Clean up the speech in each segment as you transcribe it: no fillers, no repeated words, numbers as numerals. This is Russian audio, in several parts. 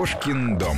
Кошкин дом.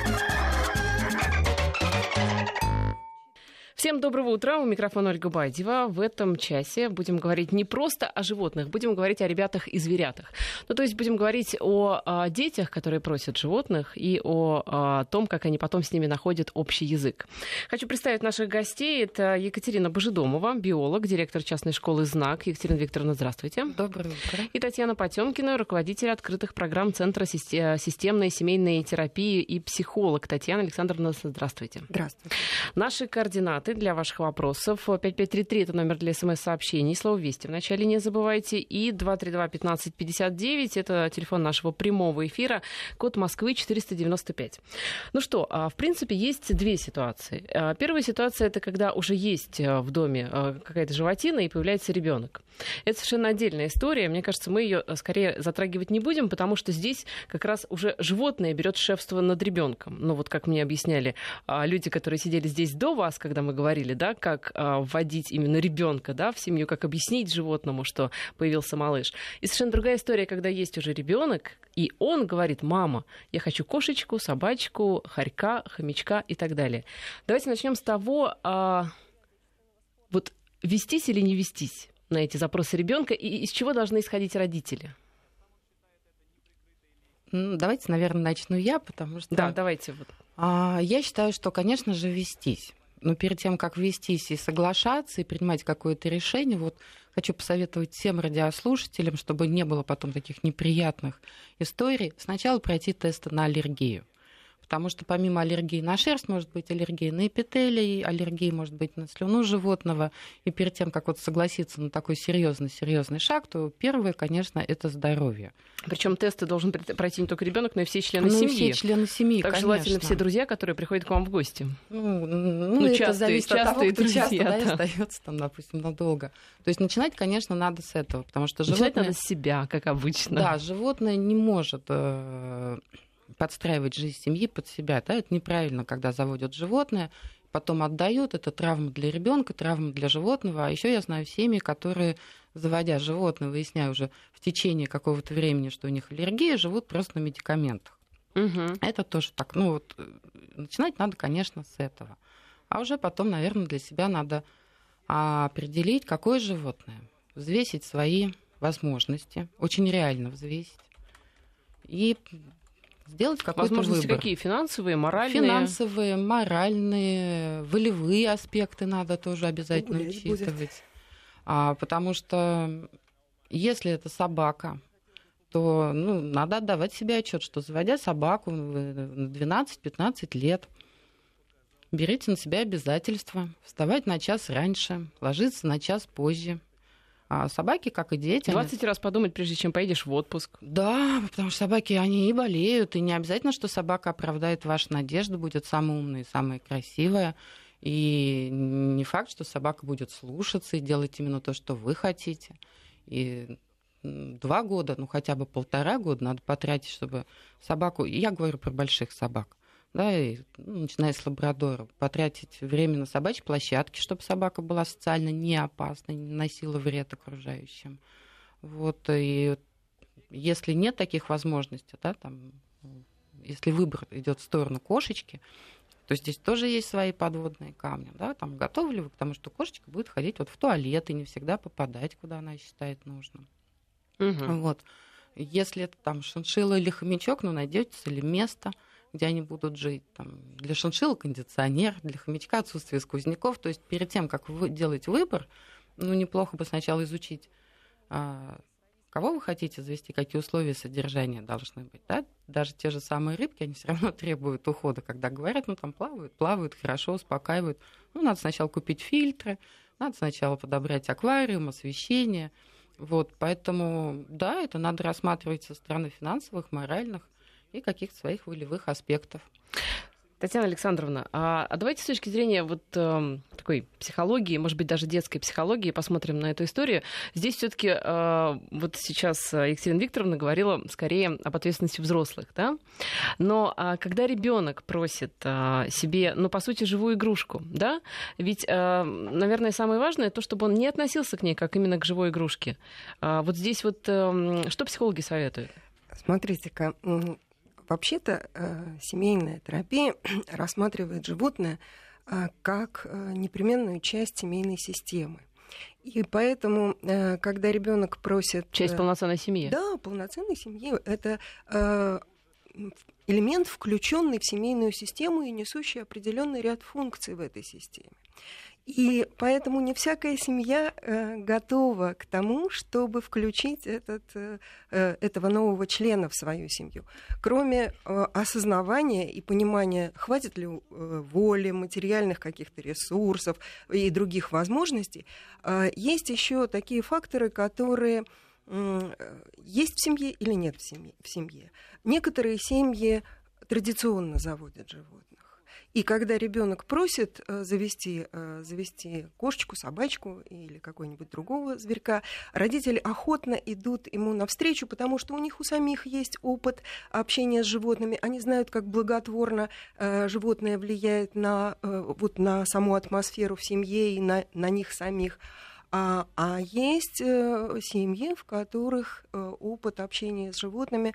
Всем доброго утра, у микрофона Ольга Бадьева. В этом часе будем говорить не просто о животных, будем говорить о ребятах и зверятах. Ну, то есть будем говорить о детях, которые просят животных, и о том, как они потом с ними находят общий язык. Хочу представить наших гостей. Это Екатерина Божедомова, биолог, директор частной школы «Знак». Екатерина Викторовна, здравствуйте. Доброе утро. И Татьяна Потемкина, руководитель открытых программ Центра системной семейной терапии и психолог. Татьяна Александровна, здравствуйте. Здравствуйте. Наши координаты для ваших вопросов. 5533 — это номер для смс-сообщений. Слово «Вести» в начале не забывайте. И 232-1559 — это телефон нашего прямого эфира. Код Москвы 495. Ну что, в принципе, есть две ситуации. Первая ситуация — это когда уже есть в доме какая-то животина и появляется ребенок. Это совершенно отдельная история. Мне кажется, мы ее скорее затрагивать не будем, потому что здесь как раз уже животное берет шефство над ребенком. Ну вот как мне объясняли люди, которые сидели здесь до вас, когда мы говорили, да, как вводить именно ребенка, да, в семью, как объяснить животному, что появился малыш. И совершенно другая история, когда есть уже ребенок, и он говорит: мама, я хочу кошечку, собачку, хорька, хомячка и так далее. Давайте начнем с того, вот вестись или не вестись на эти запросы ребенка, и из чего должны исходить родители? Давайте, наверное, начну я, потому что... Да, давайте. Я считаю, что, конечно же, вестись. Но перед тем, как вестись и соглашаться, и принимать какое-то решение, вот хочу посоветовать всем радиослушателям, чтобы не было потом таких неприятных историй, сначала пройти тесты на аллергию. Потому что помимо аллергии на шерсть может быть аллергия на эпителий, аллергия может быть на слюну животного. И перед тем, как вот согласиться на такой серьезный шаг, то первое, конечно, это здоровье. Причем тесты должен пройти не только ребенок, но и все члены семьи. Все члены семьи, как конечно. Желательно все друзья, которые приходят к вам в гости. Это частые, зависит от того, кто друзья, часто да. остается там, допустим, надолго. То есть начинать, конечно, надо с этого, потому что начинать животное... надо с себя, как обычно. Да, животное не может подстраивать жизнь семьи под себя. Да? Это неправильно, когда заводят животное, потом отдают. Это травма для ребенка, травма для животного. А еще я знаю семьи, которые, заводя животное, выясняя уже в течение какого-то времени, что у них аллергия, живут просто на медикаментах. Угу. Это тоже так. Начинать надо, конечно, с этого. А уже потом, наверное, для себя надо определить, какое животное, взвесить свои возможности, очень реально взвесить. И сделать какой-то возможности выбор. Какие? Финансовые, моральные? Финансовые, моральные, волевые аспекты надо тоже обязательно учитывать. Потому что если это собака, то надо отдавать себе отчет, что заводя собаку на 12-15 лет, берите на себя обязательства, вставать на час раньше, ложиться на час позже. А собаки, как и дети... 20 раз подумать, прежде чем поедешь в отпуск. Да, потому что собаки, они и болеют, и не обязательно, что собака оправдает ваши надежды, будет самая умная и самая красивая. И не факт, что собака будет слушаться и делать именно то, что вы хотите. И 2 года, хотя бы 1,5 года надо потратить, чтобы собаку... Я говорю про больших собак. Да, и, начиная с лабрадора, потратить время на собачьей площадке, чтобы собака была социально не опасна, не наносила вред окружающим. И если нет таких возможностей, да, если выбор идет в сторону кошечки, то здесь тоже есть свои подводные камни. Да, готовы ли вы к тому, что кошечка будет ходить в туалет и не всегда попадать, куда она считает нужным. Угу. Если это шиншилла или хомячок, найдётся ли место, где они будут жить. Для шиншиллы кондиционер, для хомячка отсутствие сквозняков. То есть перед тем, как вы делаете выбор, неплохо бы сначала изучить, кого вы хотите завести, какие условия содержания должны быть. Да? Даже те же самые рыбки, они все равно требуют ухода, когда говорят, плавают хорошо, успокаивают. Надо сначала купить фильтры, надо сначала подобрать аквариум, освещение. Поэтому, да, это надо рассматривать со стороны финансовых, моральных и каких-то своих волевых аспектов. Татьяна Александровна, а давайте с точки зрения такой психологии, может быть, даже детской психологии, посмотрим на эту историю. Здесь все-таки сейчас Екатерина Викторовна говорила скорее об ответственности взрослых, да? Но когда ребенок просит себе, по сути, живую игрушку, да? Ведь, наверное, самое важное то, чтобы он не относился к ней как именно к живой игрушке. Здесь что психологи советуют? Смотрите-ка, Вообще-то семейная терапия рассматривает животное как непременную часть семейной системы. И поэтому, когда ребенок просит... Часть полноценной семьи. Да, полноценной семьи. Это элемент, включенный в семейную систему и несущий определенный ряд функций в этой системе. И поэтому не всякая семья готова к тому, чтобы включить этого нового члена в свою семью. Кроме осознавания и понимания, хватит ли воли, материальных каких-то ресурсов и других возможностей, есть еще такие факторы, которые есть в семье или нет в семье. Некоторые семьи традиционно заводят животных. И когда ребенок просит завести кошечку, собачку или какого-нибудь другого зверька, родители охотно идут ему навстречу, потому что у них у самих есть опыт общения с животными. Они знают, как благотворно животное влияет на саму атмосферу в семье и на них самих. А есть семьи, в которых опыт общения с животными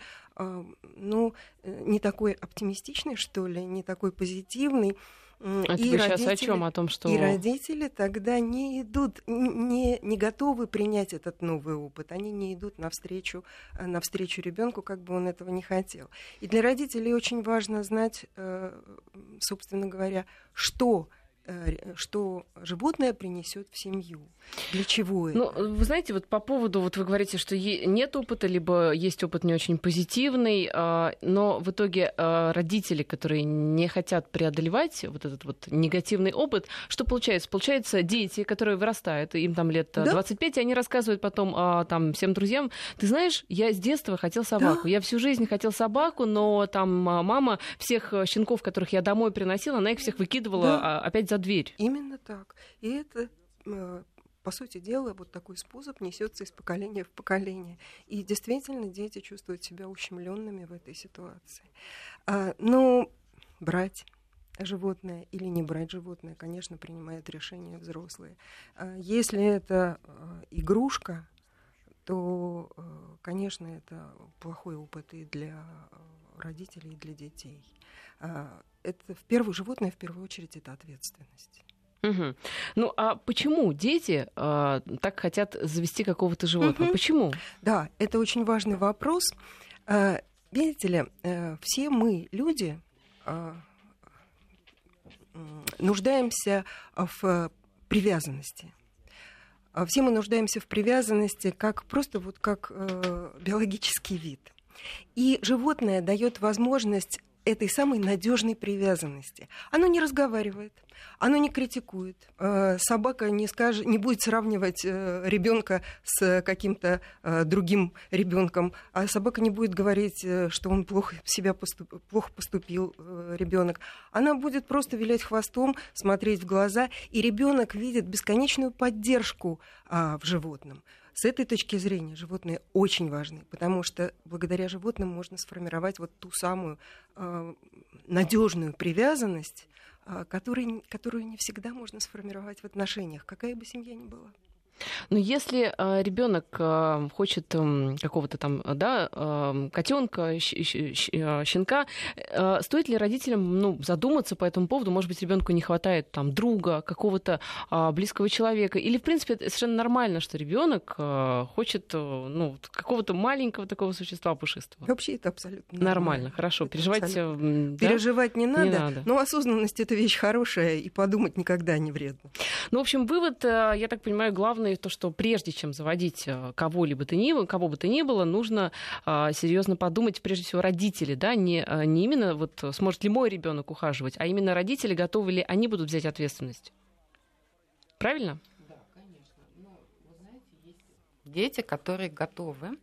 не такой оптимистичный, что ли, не такой позитивный. Это вы сейчас о чем? О том, что... И родители тогда не идут, не готовы принять этот новый опыт. Они не идут навстречу ребенку, как бы он этого не хотел. И для родителей очень важно знать, собственно говоря, что животное принесет в семью. Для чего это? Вы знаете, вот по поводу, вот вы говорите, что нет опыта, либо есть опыт не очень позитивный, но в итоге родители, которые не хотят преодолевать вот этот вот негативный опыт, что получается? Получается, дети, которые вырастают, им там лет 25, и они рассказывают потом там всем друзьям: ты знаешь, я с детства хотел собаку, я всю жизнь хотел собаку, но там мама всех щенков, которых я домой приносила, она их всех выкидывала опять за дверь. Именно так. И это, по сути дела, вот такой способ несется из поколения в поколение. И действительно дети чувствуют себя ущемленными в этой ситуации. Но брать животное или не брать животное, конечно, принимают решение взрослые. Если это игрушка, то, конечно, это плохой опыт и для родителей, и для детей. Животное, в первую очередь, это ответственность. Угу. А почему дети так хотят завести какого-то животного? Почему? Да, это очень важный вопрос. Видите ли, все мы, люди, нуждаемся в привязанности. Все мы нуждаемся в привязанности как биологический вид. И животное дает возможность этой самой надежной привязанности. Оно не разговаривает, оно не критикует. Собака не будет сравнивать ребенка с каким-то другим ребенком, а собака не будет говорить, что он плохо поступил, ребенок. Она будет просто вилять хвостом, смотреть в глаза, и ребенок видит бесконечную поддержку в животном. С этой точки зрения животные очень важны, потому что благодаря животным можно сформировать вот ту самую надежную привязанность, которую не всегда можно сформировать в отношениях, какая бы семья ни была. Но если ребенок хочет какого-то там, котенка, щенка, стоит ли родителям задуматься по этому поводу? Может быть, ребенку не хватает там друга, какого-то близкого человека? Или, в принципе, это совершенно нормально, что ребенок хочет какого-то маленького такого существа пушистого? Вообще это абсолютно нормально. Хорошо, переживать... Переживать не надо, но осознанность — это вещь хорошая, и подумать никогда не вредно. В общем, вывод, я так понимаю, главный то, что прежде чем заводить кого бы то ни было, нужно серьезно подумать, прежде всего, родители, не именно сможет ли мой ребенок ухаживать, а именно родители, готовы ли они будут взять ответственность. Правильно? Да, конечно. Вы знаете, есть дети, которые готовы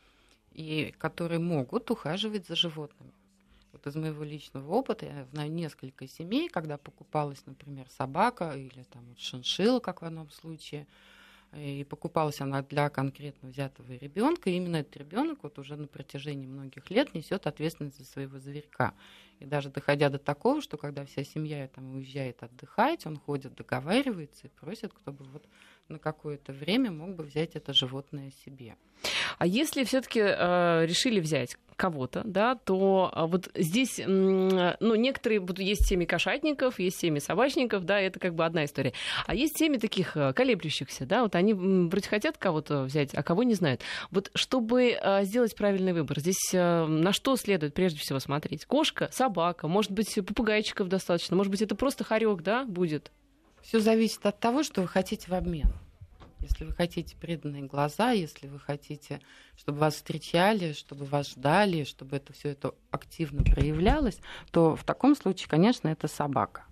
и которые могут ухаживать за животными. Вот из моего личного опыта я знаю несколько семей, когда покупалась, например, собака или шиншилла, как в одном случае, и покупалась она для конкретно взятого ребенка, и именно этот ребенок уже на протяжении многих лет несет ответственность за своего зверька. И даже доходя до такого, что когда вся семья уезжает отдыхать, он ходит, договаривается и просит, кто бы на какое-то время мог бы взять это животное себе. А если все-таки решили взять кого-то, да, то вот здесь, ну, некоторые, вот есть семьи кошатников, есть семьи собачников, да, это как бы одна история. А есть семьи таких колеблющихся, да, вот они вроде хотят кого-то взять, а кого не знают. Вот чтобы сделать правильный выбор, здесь на что следует прежде всего смотреть? Кошка, собака, может быть, попугайчиков достаточно, может быть, это просто хорек, да, будет? Все зависит от того, что вы хотите в обмен. Если вы хотите преданные глаза, если вы хотите, чтобы вас встречали, чтобы вас ждали, чтобы это все это активно проявлялось, то в таком случае, конечно, это собака.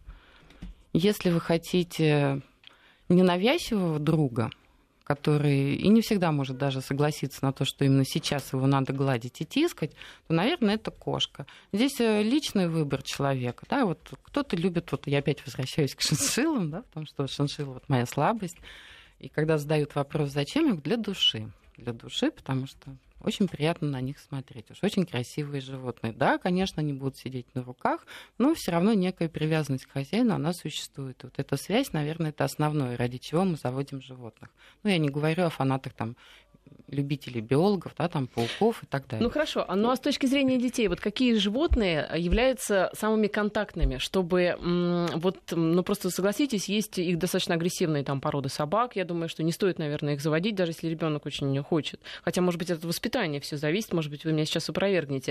Если вы хотите ненавязчивого друга, который и не всегда может даже согласиться на то, что именно сейчас его надо гладить и тискать, то, наверное, это кошка. Здесь личный выбор человека. Да? Вот кто-то любит, вот я опять возвращаюсь к шиншиллам, да, потому что шиншилла вот моя слабость. И когда задают вопрос, зачем, я говорю, для души. Для души, потому что очень приятно на них смотреть. Уж очень красивые животные. Да, конечно, они будут сидеть на руках, но все равно некая привязанность к хозяину, она существует. Вот эта связь, наверное, это основное, ради чего мы заводим животных. Ну, я не говорю о фанатах там любителей биологов, да, там, пауков и так далее. Ну хорошо, ну а с точки зрения детей, вот какие животные являются самыми контактными, чтобы, вот, ну просто согласитесь, есть их достаточно агрессивные там породы собак, я думаю, что не стоит, наверное, их заводить, даже если ребенок очень хочет. Хотя, может быть, от воспитания все зависит, может быть, вы меня сейчас опровергнете.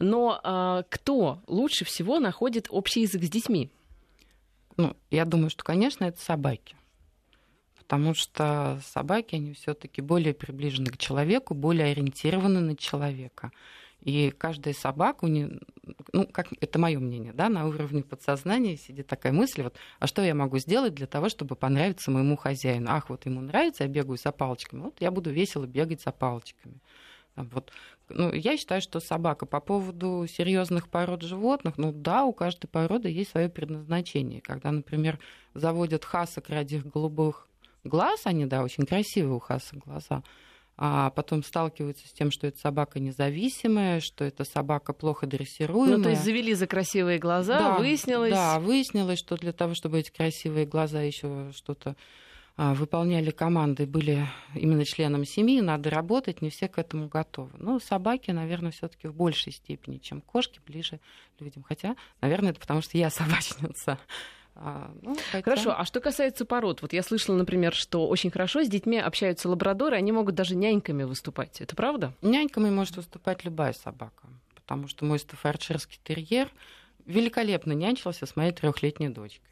Но кто лучше всего находит общий язык с детьми? Ну, я думаю, что, конечно, это собаки. Потому что собаки, они все-таки более приближены к человеку, более ориентированы на человека. И каждая собака, ну, как это мое мнение, да, на уровне подсознания сидит такая мысль, вот, а что я могу сделать для того, чтобы понравиться моему хозяину? Ах, вот ему нравится, я бегаю за палочками, вот я буду весело бегать за палочками. Вот. Ну, я считаю, что собака по поводу серьезных пород животных, ну да, у каждой породы есть свое предназначение. Когда, например, заводят хасок ради их голубых глаз, они, да, очень красивые у хасок глаза, а потом сталкиваются с тем, что эта собака независимая, что эта собака плохо дрессируемая. Ну, то есть завели за красивые глаза, да, выяснилось... Да, выяснилось, что для того, чтобы эти красивые глаза еще что-то выполняли команды, были именно членом семьи, надо работать, не все к этому готовы. Но собаки, наверное, все-таки в большей степени, чем кошки, ближе людям. Хотя, наверное, это потому, что я собачница. Хорошо, а что касается пород, вот я слышала, например, что очень хорошо с детьми общаются лабрадоры, они могут даже няньками выступать. Это правда? Няньками может выступать любая собака, потому что мой стаффордширский терьер великолепно нянчился с моей 3-летней дочкой.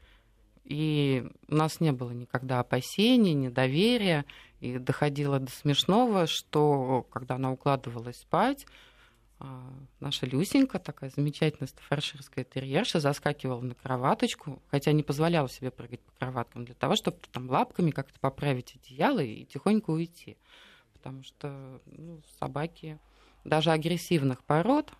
И у нас не было никогда опасений, недоверия, и доходило до смешного, что когда она укладывалась спать, наша Люсенька, такая замечательная стаффордширская терьерша, заскакивала на кроваточку, хотя не позволяла себе прыгать по кроваткам, для того, чтобы там лапками как-то поправить одеяло и тихонько уйти. Потому что собаки даже агрессивных пород,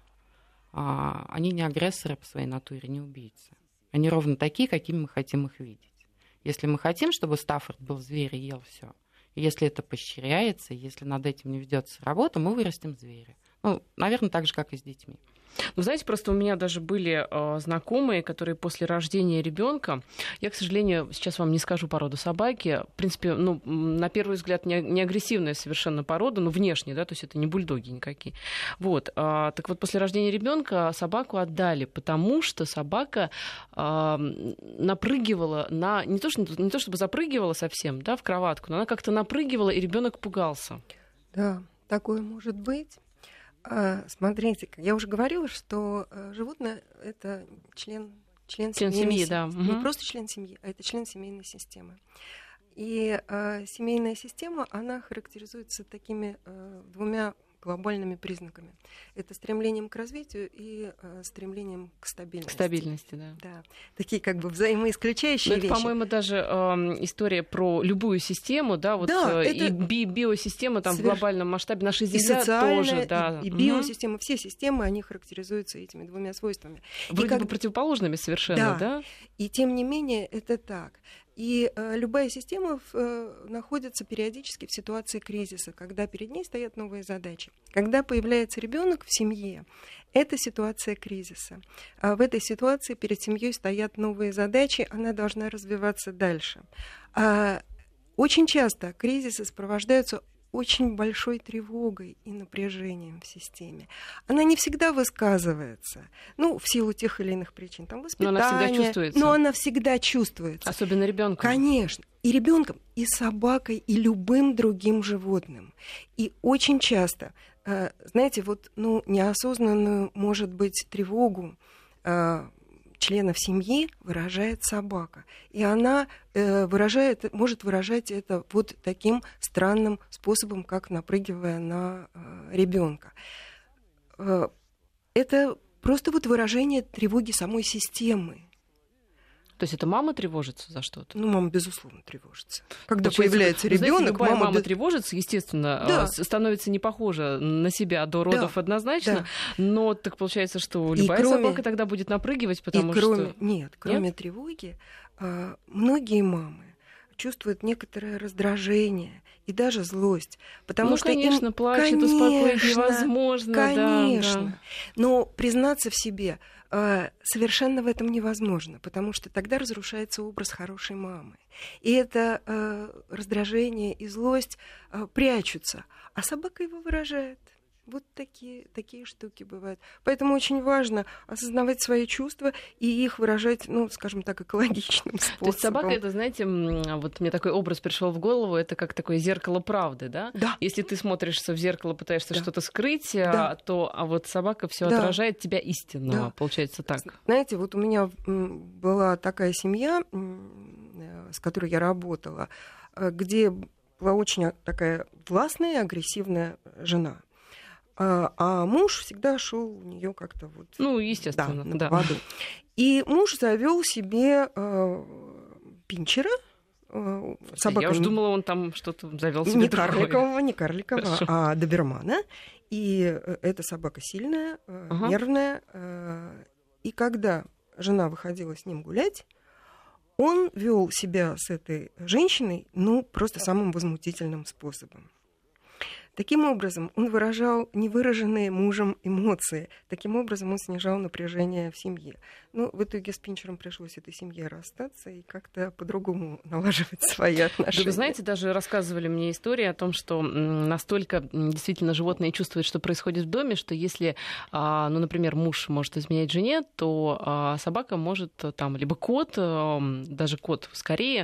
они не агрессоры по своей натуре, не убийцы. Они ровно такие, какими мы хотим их видеть. Если мы хотим, чтобы Стаффорд был зверь и ел все, если это поощряется, если над этим не ведется работа, мы вырастим зверя. Ну, наверное, так же, как и с детьми. Ну, знаете, просто у меня даже были знакомые, которые после рождения ребенка, я, к сожалению, сейчас вам не скажу породу собаки, в принципе, ну, на первый взгляд, не агрессивная совершенно порода, но внешне, да, то есть это не бульдоги никакие. Вот, так вот, после рождения ребенка собаку отдали, потому что собака напрыгивала на, не то чтобы запрыгивала совсем, да, в кроватку, но она как-то напрыгивала, и ребенок пугался. Да, такое может быть. Смотрите, я уже говорила, что животное — это член семьи, да. Не просто член семьи, а это член семейной системы. И семейная система, она характеризуется такими двумя глобальными признаками. Это стремлением к развитию и стремлением к стабильности. К стабильности, да. Да. Такие как бы взаимоисключающие вещи. Это, по-моему, даже история про любую систему, да, вот да, и биосистема там в глобальном масштабе, наша Земля тоже, да. И биосистема, все системы, они характеризуются этими двумя свойствами. Вроде бы противоположными совершенно, да? И тем не менее это так. И любая система находится периодически в ситуации кризиса, когда перед ней стоят новые задачи. Когда появляется ребенок в семье, это ситуация кризиса. А в этой ситуации перед семьей стоят новые задачи, она должна развиваться дальше. Очень часто кризисы сопровождаются очень большой тревогой и напряжением в системе. Она не всегда высказывается, в силу тех или иных причин, там, воспитания. Но она всегда чувствуется. Но она всегда чувствуется. Особенно ребенком. Конечно. И ребенком, и собакой, и любым другим животным. И очень часто, знаете, неосознанную, может быть, тревогу членов семьи выражает собака. И она может выражать это вот таким странным способом, как напрыгивая на ребенка. Это просто вот выражение тревоги самой системы. То есть это мама тревожится за что-то? Мама, безусловно, тревожится. Когда появляется ребенок, мама тревожится, естественно, становится не похожа на себя до родов однозначно, но так получается, что любая собака тогда будет напрыгивать, потому что... Кроме тревоги, многие мамы чувствуют некоторое раздражение и даже злость. Потому что конечно, плачет, успокоить невозможно. Конечно. Да. Но признаться в себе совершенно в этом невозможно, потому что тогда разрушается образ хорошей мамы. И это раздражение и злость прячутся, а собака его выражает. Вот такие штуки бывают. Поэтому очень важно осознавать свои чувства и их выражать, скажем так, экологичным способом. То есть собака, это, знаете, вот мне такой образ пришел в голову, это как такое зеркало правды, да? Да. Если ты смотришься в зеркало, пытаешься что-то скрыть, то вот собака все отражает тебя истинного, получается так. Знаете, вот у меня была такая семья, с которой я работала, где была очень такая властная и агрессивная жена. А муж всегда шел у нее как-то вот... естественно, на поводу. И муж завел себе пинчера. Я уж думала, он там что-то завел себе не карликового, а добермана. И эта собака сильная, нервная. И когда жена выходила с ним гулять, он вел себя с этой женщиной, просто самым возмутительным способом. Таким образом, он выражал невыраженные мужем эмоции. Таким образом, он снижал напряжение в семье. В итоге с Пинчером пришлось этой семье расстаться и как-то по-другому налаживать свои отношения. Да, вы знаете, даже рассказывали мне истории о том, что настолько действительно животные чувствуют, что происходит в доме, что если, например, муж может изменять жене, то собака может, либо кот, даже кот скорее,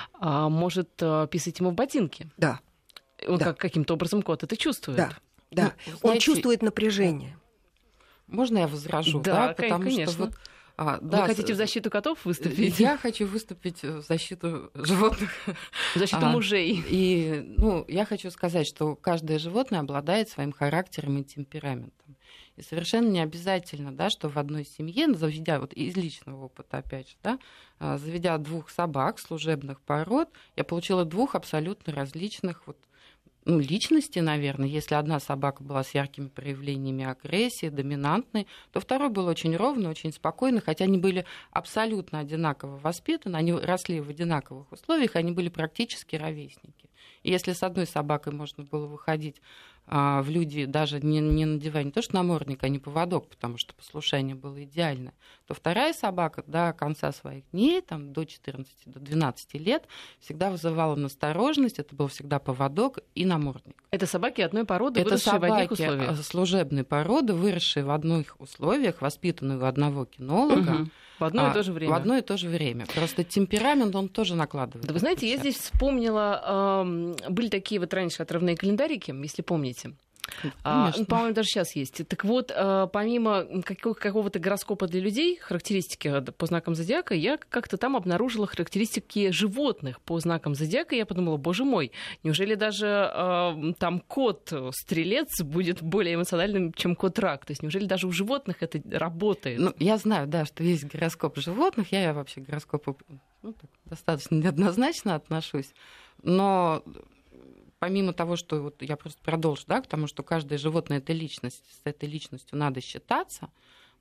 может писать ему в ботинки. Да. Он каким-то образом кот это чувствует. Да. Знаете, он чувствует напряжение. Можно я возражу? Да, потому конечно. Что вы хотите в защиту котов выступить? Я хочу выступить в защиту животных. В защиту мужей. И я хочу сказать, что каждое животное обладает своим характером и темпераментом. И совершенно не обязательно, что в одной семье, заведя, из личного опыта, опять же, заведя 2 собак служебных пород, я получила 2 абсолютно различных личности, наверное. Если одна собака была с яркими проявлениями агрессии, доминантной, то второй был очень ровный, очень спокойный, хотя они были абсолютно одинаково воспитаны, они росли в одинаковых условиях, они были практически ровесники. И если с одной собакой можно было выходить в люди, даже не надевая не то что намордник, а не поводок, потому что послушание было идеальное, то вторая собака до конца своих дней, до 14, до 12 лет, всегда вызывала настороженность, это был всегда поводок и намордник. Это собаки одной породы, это выросшие собаки в одних условиях? Служебной породы, выросшие в одних условиях, воспитанные у одного кинолога. Угу. В одно и то же время. В одно и то же время. Просто темперамент, он тоже накладывает. Да, вы знаете, я здесь вспомнила, были такие раньше отрывные календарики, если помните. По-моему, даже сейчас есть. Так вот, помимо какого-то гороскопа для людей, характеристики по знакам зодиака, я как-то там обнаружила характеристики животных по знакам зодиака. И я подумала, боже мой, неужели даже там кот-стрелец будет более эмоциональным, чем кот-рак? То есть неужели даже у животных это работает? Я знаю, что есть гороскоп животных. Я вообще к гороскопу достаточно неоднозначно отношусь. Но помимо того, что я просто продолжу, потому что каждое животное — это личность, с этой личностью надо считаться.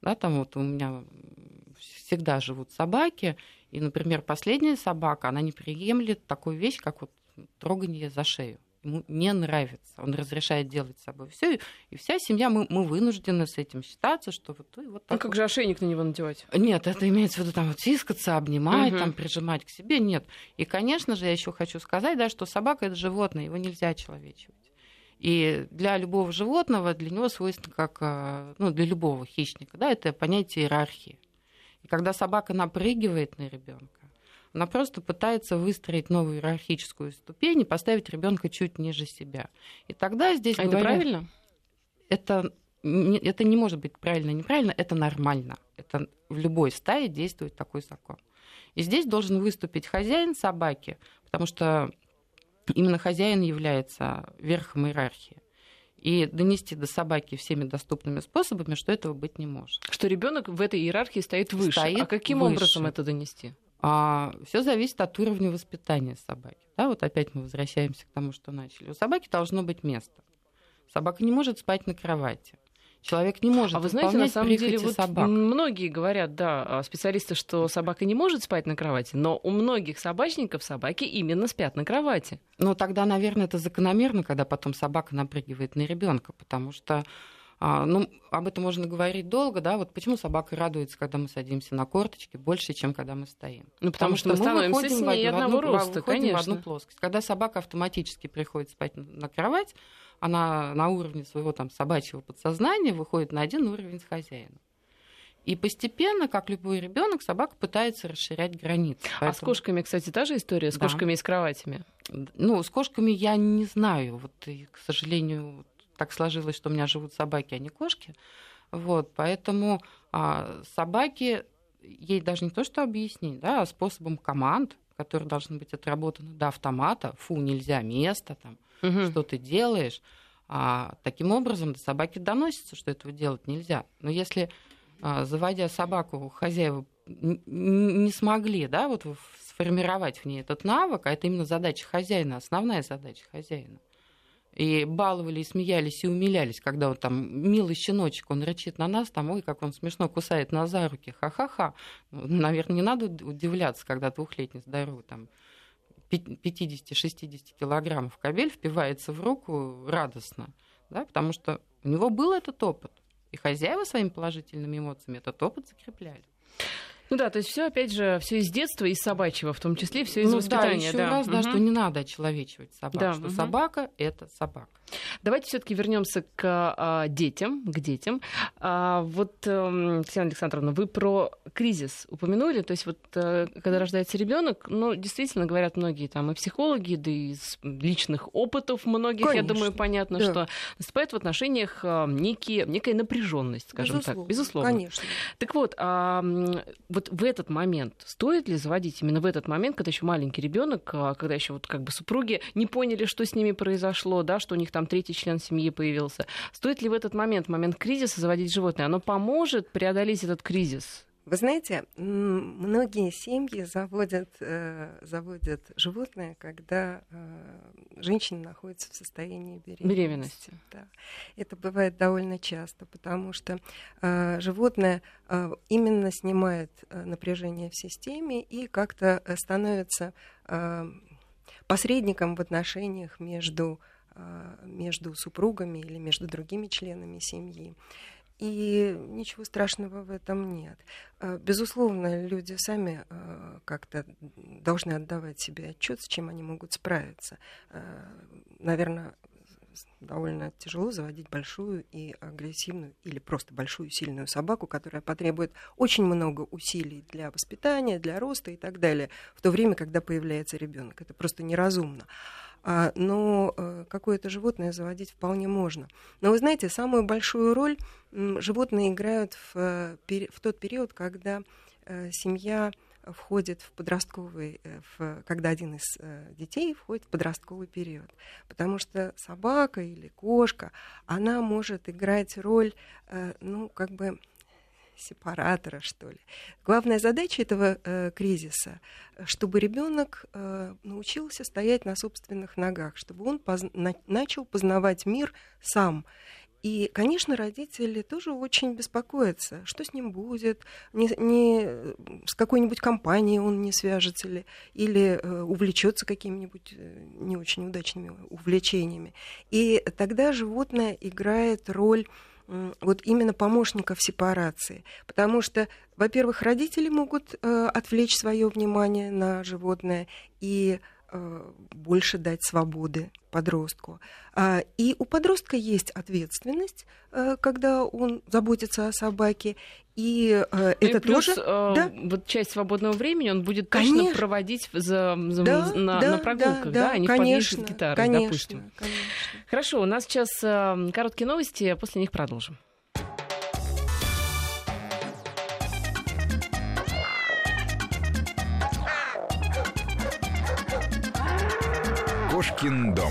У меня всегда живут собаки, и, например, последняя собака, она не приемлет такую вещь, как трогание за шею. Ему не нравится, он разрешает делать с собой все, и вся семья, мы вынуждены с этим считаться, что так. Как же ошейник на него надевать? Нет, это имеется в виду тискаться, обнимать, прижимать к себе, нет. И, конечно же, я еще хочу сказать, что собака — это животное, его нельзя очеловечивать. И для любого животного, для него свойственно, как для любого хищника, да, это понятие иерархии. И когда собака напрыгивает на ребенка, она просто пытается выстроить новую иерархическую ступень и поставить ребенка чуть ниже себя. И тогда здесь это правильно? Это не может быть правильно, неправильно, это нормально. Это в любой стае действует такой закон. И здесь должен выступить хозяин собаки, потому что именно хозяин является верхом иерархии. И донести до собаки всеми доступными способами, что этого быть не может. Что ребенок в этой иерархии стоит выше. А каким образом это донести? Все зависит от уровня воспитания собаки. Да, вот опять мы возвращаемся к тому, что начали. У собаки должно быть место. Собака не может спать на кровати. Человек не может вы знаете, на самом деле, собак. Многие говорят, специалисты, что собака не может спать на кровати, но у многих собачников собаки именно спят на кровати. Тогда, наверное, это закономерно, когда потом собака напрыгивает на ребенка, потому что об этом можно говорить долго, да, вот почему собака радуется, когда мы садимся на корточки, больше, чем когда мы стоим. Потому что мы становимся с ней одного роста, конечно. В одну плоскость. Когда собака автоматически приходит спать на кровать, она на уровне своего собачьего подсознания выходит на один уровень с хозяином. И постепенно, как любой ребенок, собака пытается расширять границы. Поэтому... А с кошками, кстати, та же история? С кошками и с кроватями? С кошками я не знаю. К сожалению, так сложилось, что у меня живут собаки, а не кошки. Поэтому собаке, ей даже не то, что объяснить, да, а способом команд, которые должны быть отработаны до автомата. Фу, нельзя, место там. Что ты делаешь. Таким образом до собаки доносится, что этого делать нельзя. Но если, заводя собаку, хозяева не смогли, да, сформировать в ней этот навык, а это именно задача хозяина, основная задача хозяина, и баловали, и смеялись, и умилялись, когда милый щеночек, он рычит на нас, ой, как он смешно кусает нас за руки, ха-ха-ха. Наверное, не надо удивляться, когда двухлетний здоровый 50-60 килограммов кобель впивается в руку радостно, да, потому что у него был этот опыт. И хозяева своими положительными эмоциями этот опыт закрепляли. То есть все опять же, все из детства, из собачьего, в том числе, все из воспитания. Еще раз, что не надо очеловечивать собак, что собака — это собака. Давайте все-таки вернемся к детям, Татьяна Александровна, вы про кризис упомянули, то есть когда рождается ребенок, действительно говорят многие и психологи, да и из личных опытов многих, конечно, я думаю, понятно, что наступает в отношениях некая напряженность, скажем так. Безусловно. Конечно. Так в этот момент стоит ли заводить именно в этот момент, когда еще маленький ребенок, когда еще супруги не поняли, что с ними произошло, да, что у них третий член семьи появился. Стоит ли в этот момент кризиса, заводить животное? Оно поможет преодолеть этот кризис? Вы знаете, многие семьи заводят животное, когда женщина находится в состоянии беременности. Да. Это бывает довольно часто, потому что животное именно снимает напряжение в системе и как-то становится посредником в отношениях между супругами или между другими членами семьи. И ничего страшного в этом нет. Безусловно, люди сами как-то должны отдавать себе отчет, с чем они могут справиться. Наверное, довольно тяжело заводить большую и агрессивную или просто большую сильную собаку, которая потребует очень много усилий для воспитания, для роста и так далее, в то время, когда появляется ребенок. Это просто неразумно. Но какое-то животное заводить вполне можно. Но вы знаете, самую большую роль животные играют в тот период, когда семья входит в подростковый, когда один из детей входит в подростковый период. Потому что собака или кошка, она может играть роль, сепаратора, что ли. Главная задача этого кризиса, чтобы ребенок научился стоять на собственных ногах, чтобы он начал познавать мир сам. И, конечно, родители тоже очень беспокоятся, что с ним будет, с какой-нибудь компанией он не свяжется или увлечется какими-нибудь не очень удачными увлечениями. И тогда животное играет роль именно помощников сепарации. Потому что, во-первых, родители могут отвлечь свое внимание на животное, и больше дать свободы подростку. И у подростка есть ответственность, когда он заботится о собаке, и это плюс, тоже... Да? Вот часть свободного времени он будет Конечно. точно проводить на прогулках, а не в подъезде с гитарой, допустим. Конечно. Хорошо, у нас сейчас короткие новости, после них продолжим. Кошкин дом.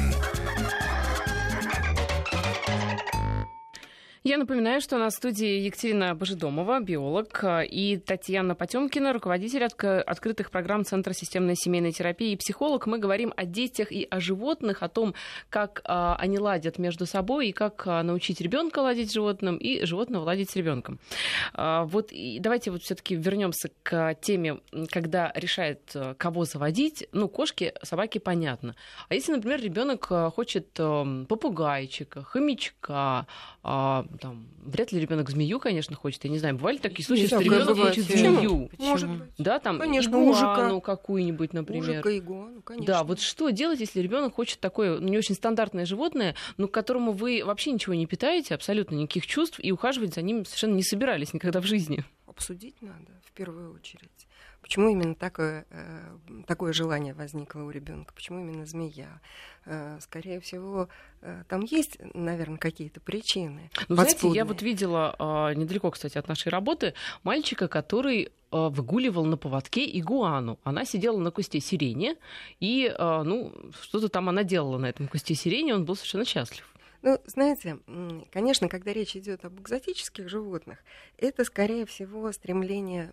Я напоминаю, что на студии Екатерина Божедомова, биолог, и Татьяна Потемкина, руководитель открытых программ Центра системной семейной терапии и психолог. Мы говорим о детях и о животных, о том, как они ладят между собой и как научить ребенка ладить с животным и животного ладить с ребенком. Вот и давайте вот все-таки вернемся к теме, когда решает, кого заводить. Ну, кошки, собаки, понятно. А если, например, ребенок хочет попугайчика, хомячка, там, вряд ли ребенок змею, конечно, хочет. Я не знаю, бывали такие случаи, что ребенок хочет змею. Может быть. Да, там, конечно, игуану какую-нибудь, например. Мужика, игуану, конечно. Да, вот что делать, если ребенок хочет такое не очень стандартное животное, но к которому вы вообще ничего не питаете, абсолютно никаких чувств, и ухаживать за ним совершенно не собирались никогда в жизни? Обсудить надо в первую очередь. Почему именно такое желание возникло у ребенка? Почему именно змея? Скорее всего, там есть, наверное, какие-то причины. Ну, знаете, я вот видела недалеко, кстати, от нашей работы мальчика, который выгуливал на поводке игуану. Она сидела на кусте сирени, и что-то там она делала на этом кусте сирени, он был совершенно счастлив. Ну, знаете, конечно, когда речь идет об экзотических животных, это, скорее всего, стремление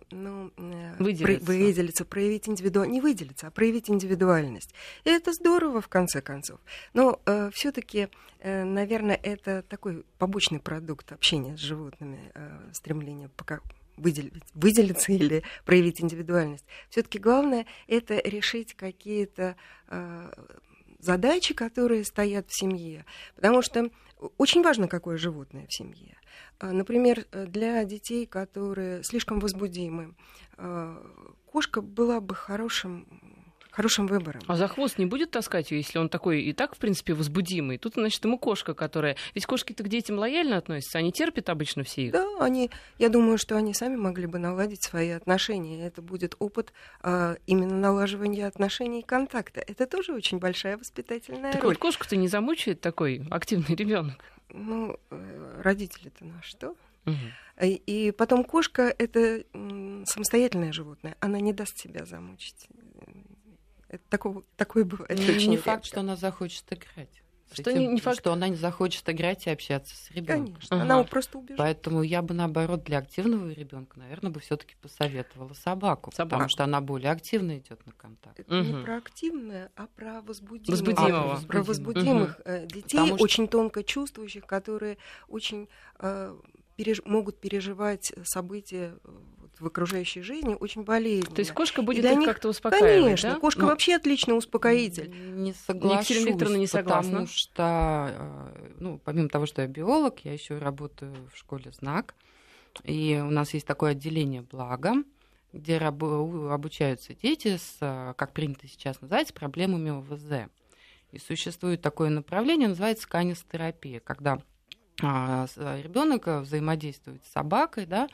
выделиться, проявить не выделиться, а проявить индивидуальность. И это здорово, в конце концов. Но все-таки, наверное, это такой побочный продукт общения с животными, стремление пока выделиться или проявить индивидуальность. Все-таки главное — это решить какие-то задачи, которые стоят в семье, потому что очень важно, какое животное в семье. Например, для детей, которые слишком возбудимы, кошка была бы хорошим выбором. А за хвост не будет таскать ее, если он такой и так, в принципе, возбудимый? Тут, значит, ему кошка, которая... Ведь кошки-то к детям лояльно относятся, они терпят обычно все их. Да, я думаю, что они сами могли бы наладить свои отношения. Это будет опыт именно налаживания отношений и контакта. Это тоже очень большая воспитательная так роль. Вот кошку-то не замучает такой активный ребенок. Ну, родители-то на что? Угу. И потом кошка — это самостоятельное животное. Она не даст себя замучить. Такое бывает очень не редко. факт, что она захочет играть. Не факт, что она не захочет играть и общаться с ребенком. Конечно, она просто убежит. Поэтому я бы, наоборот, для активного ребенка, наверное, бы все-таки посоветовала собаку, потому что она более активно идет на контакт. Это не про активное, а про возбудимого. Про возбудимых детей, очень тонко чувствующих, которые очень могут переживать события в окружающей жизни очень болезненно. То есть кошка будет их как-то успокаивать, конечно, да? Кошка вообще отличный успокоитель. Не соглашусь, Екатерина Викторовна не согласна. Потому что, помимо того, что я биолог, я еще работаю в школе «Знак». И у нас есть такое отделение «Благо», где обучаются дети с, как принято сейчас называть, с проблемами ОВЗ. И существует такое направление, называется канистерапия, когда ребенок взаимодействует с собакой, да,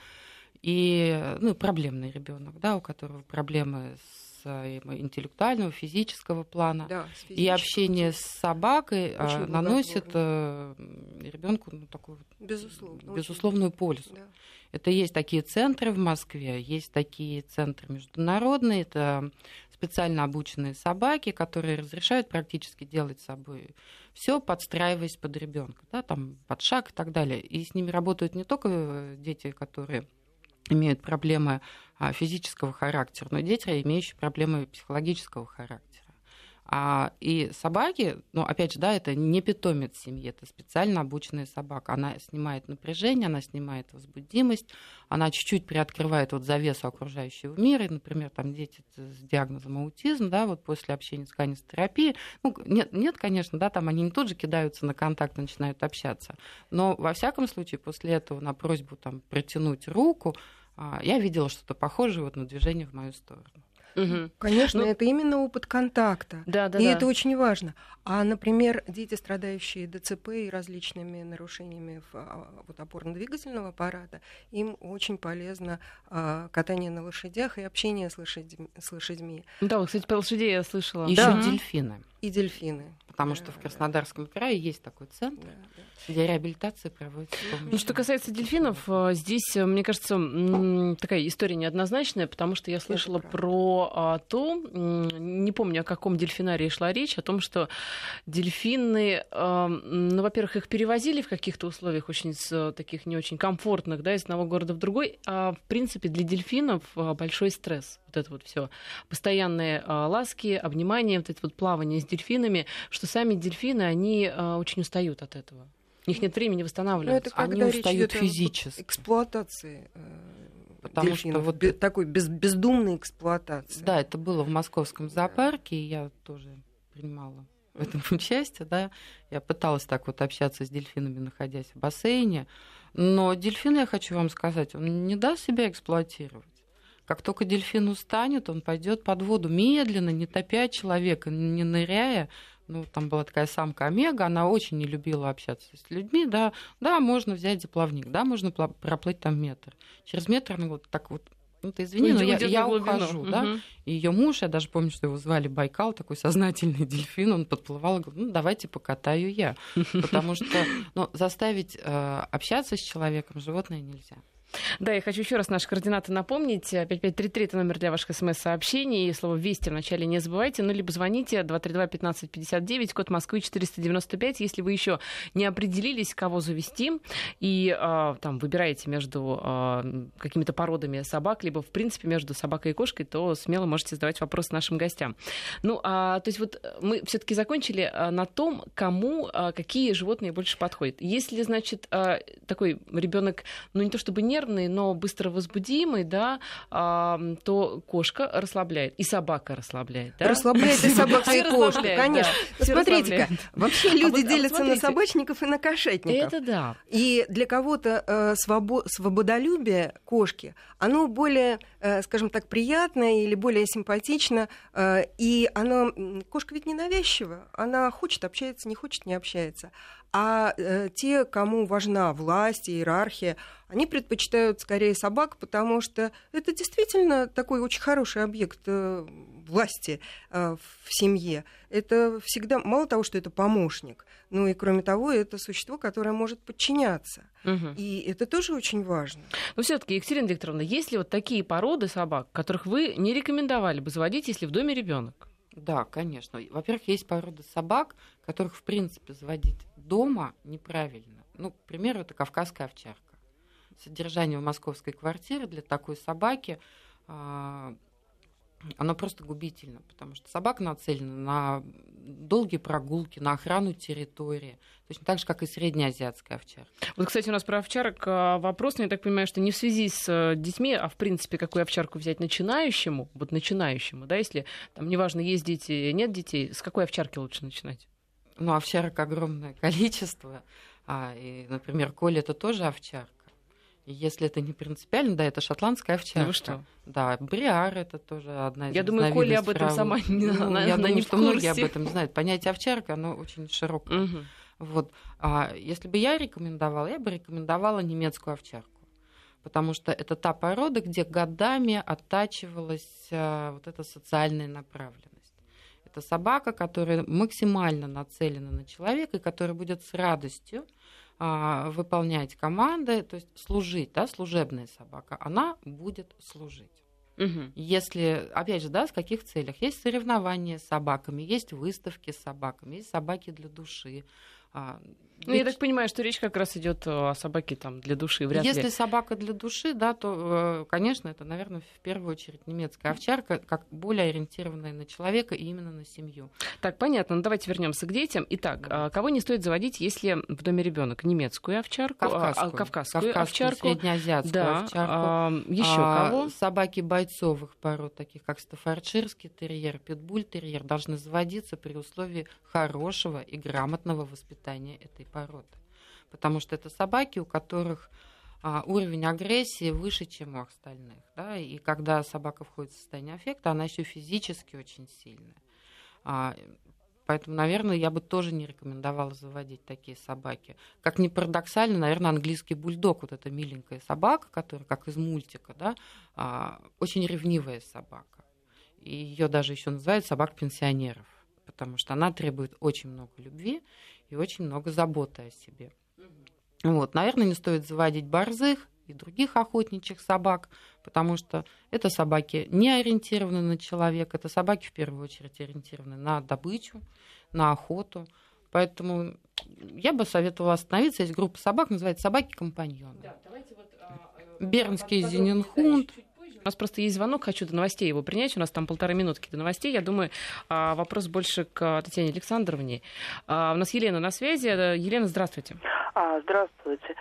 и проблемный ребенок, да, у которого проблемы с интеллектуального, физического плана, да, и общение с собакой наносит ребенку такую безусловную пользу. Да. Это есть такие центры в Москве, есть такие центры международные, это специально обученные собаки, которые разрешают практически делать с собой все, подстраиваясь под ребенка, да, там под шаг и так далее. И с ними работают не только дети, которые имеют проблемы физического характера, но и дети, имеющие проблемы психологического характера. И собаки, опять же, да, это не питомец семьи, это специально обученная собака. Она снимает напряжение, она снимает возбудимость, она чуть-чуть приоткрывает завесу окружающего мира. И, например, там дети с диагнозом аутизм, да, после общения с канистерапией. Нет, конечно, да, там они не тут же кидаются на контакт и начинают общаться. Но, во всяком случае, после этого на просьбу протянуть руку, я видела что-то похожее на движение в мою сторону. Конечно, это именно опыт контакта. И это очень важно. А, например, дети, страдающие ДЦП и различными нарушениями опорно-двигательного аппарата, им очень полезно катание на лошадях и общение с лошадьми. Да, кстати, про лошадей я слышала. Еще дельфины. И дельфины. Потому что в Краснодарском крае есть такой центр, где реабилитация проводится. Что касается дельфинов, здесь, мне кажется, такая история неоднозначная, потому что я слышала про то, не помню, о каком дельфинарии шла речь, о том, что дельфины, во-первых, их перевозили в каких-то условиях очень таких не очень комфортных, да, из одного города в другой, а в принципе для дельфинов большой стресс. Вот это вот все постоянные ласки, обнимания, вот это вот плавание с дельфинами, что сами дельфины, они очень устают от этого. У них нет времени восстанавливаться. Они устают физически. Эксплуатации. Потому что вот такой бездумной эксплуатации. Да, это было в московском зоопарке, и я тоже принимала в этом участие, да. Я пыталась так вот общаться с дельфинами, находясь в бассейне. Но дельфин, я хочу вам сказать, он не даст себя эксплуатировать. Как только дельфин устанет, он пойдет под воду медленно, не топя человека, не ныряя. Там была такая самка Омега, она очень не любила общаться с людьми. Да, можно взять заплавник, да, можно проплыть там метр. Через метр она вот так вот, ты извини, но я ухожу, да. И ее муж, я даже помню, что его звали Байкал, такой сознательный дельфин, он подплывал и говорил, давайте покатаю я. Потому что заставить общаться с человеком животное нельзя. Да, я хочу еще раз наши координаты напомнить. 5533 — это номер для ваших смс-сообщений. Слово «Вести» в начале не забывайте. Либо звоните 232-1559, код Москвы 495. Если вы еще не определились, кого завести, и выбираете между какими-то породами собак, либо, в принципе, между собакой и кошкой, то смело можете задавать вопрос нашим гостям. То есть вот мы все-таки закончили на том, кому какие животные больше подходят. Если, значит, такой ребенок, не то чтобы нервный, но быстро возбудимый, да, то кошка расслабляет, и собака расслабляет. Да? Расслабляет и собака, и кошка, конечно. Да, смотрите-ка, вообще люди делятся на собачников и на кошатников. Это да. И для кого-то свободолюбие кошки, оно более, скажем так, приятное или более симпатично, и кошка ведь не навязчива, она хочет общается, не хочет не общается. А те, кому важна власть и иерархия, они предпочитают скорее собак, потому что это действительно такой очень хороший объект власти в семье. Это всегда, мало того, что это помощник, но и кроме того, это существо, которое может подчиняться. И это тоже очень важно. Но все-таки, Екатерина Викторовна, есть ли вот такие породы собак, которых вы не рекомендовали бы заводить, если в доме ребенок? Да, конечно. Во-первых, есть породы собак, которых, в принципе, заводить дома неправильно. К примеру, это кавказская овчарка. Содержание в московской квартире для такой собаки, оно просто губительно, потому что собака нацелена на долгие прогулки, на охрану территории, точно так же, как и среднеазиатская овчарка. Вот, кстати, у нас про овчарок вопрос, но я так понимаю, что не в связи с детьми, а в принципе, какую овчарку взять начинающему, да, если там неважно, есть дети, нет детей, с какой овчарки лучше начинать? Овчарок огромное количество, и, например, Коля — это тоже овчарка. И если это не принципиально, да, это шотландская овчарка. Вы что? Да, бриар — это тоже одна из Я думаю, Коля об этом сама я думаю, что многие об этом знают. Понятие овчарка, оно очень широкое. Вот. Если бы я бы рекомендовала немецкую овчарку. Потому что это та порода, где годами оттачивалась вот эта социальная направленность. Это собака, которая максимально нацелена на человека, и которая будет с радостью выполнять команды, то есть служить, да, служебная собака, она будет служить. Если, опять же, да, с каких целях? Есть соревнования с собаками, есть выставки с собаками, есть собаки для души. Я так понимаю, что речь как раз идет о собаке там, для души, вряд ли. Если собака для души, да, то, конечно, это, наверное, в первую очередь немецкая овчарка, как более ориентированная на человека и именно на семью. Так, понятно. Давайте вернемся к детям. Итак, кого не стоит заводить, если в доме ребенок? Немецкую овчарку, кавказскую овчарку, среднеазиатскую овчарку. Еще кого? Собаки бойцовых пород, таких как стаффордширский терьер, питбуль-терьер, должны заводиться при условии хорошего и грамотного воспитания этой породы. Потому что это собаки, у которых уровень агрессии выше, чем у остальных. Да? И когда собака входит в состояние аффекта, она еще физически очень сильная. Поэтому, наверное, я бы тоже не рекомендовала заводить такие собаки. Как ни парадоксально, наверное, английский бульдог, вот эта миленькая собака, которая как из мультика, да, очень ревнивая собака. И ее даже еще называют собак пенсионеров, потому что она требует очень много любви и очень много заботы о себе. Вот, наверное, не стоит заводить борзых и других охотничьих собак, потому что это собаки не ориентированы на человека, это собаки в первую очередь ориентированы на добычу, на охоту. Поэтому я бы советовала остановиться. Есть группа собак, называется «Собаки-компаньоны». Да, давайте Бернский Зенинхунд. У нас просто есть звонок, хочу до новостей его принять. У нас там 1,5 минутки до новостей. Я думаю, вопрос больше к Татьяне Александровне. У нас Елена на связи. Елена, здравствуйте. Здравствуйте.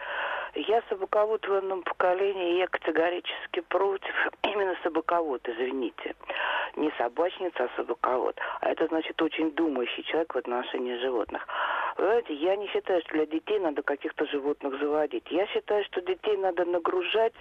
Я собаковод в одном поколении, я категорически против именно собаковод, извините. Не собачница, а собаковод. А это значит очень думающий человек в отношении животных. Вы знаете, я не считаю, что для детей надо каких-то животных заводить. Я считаю, что детей надо нагружать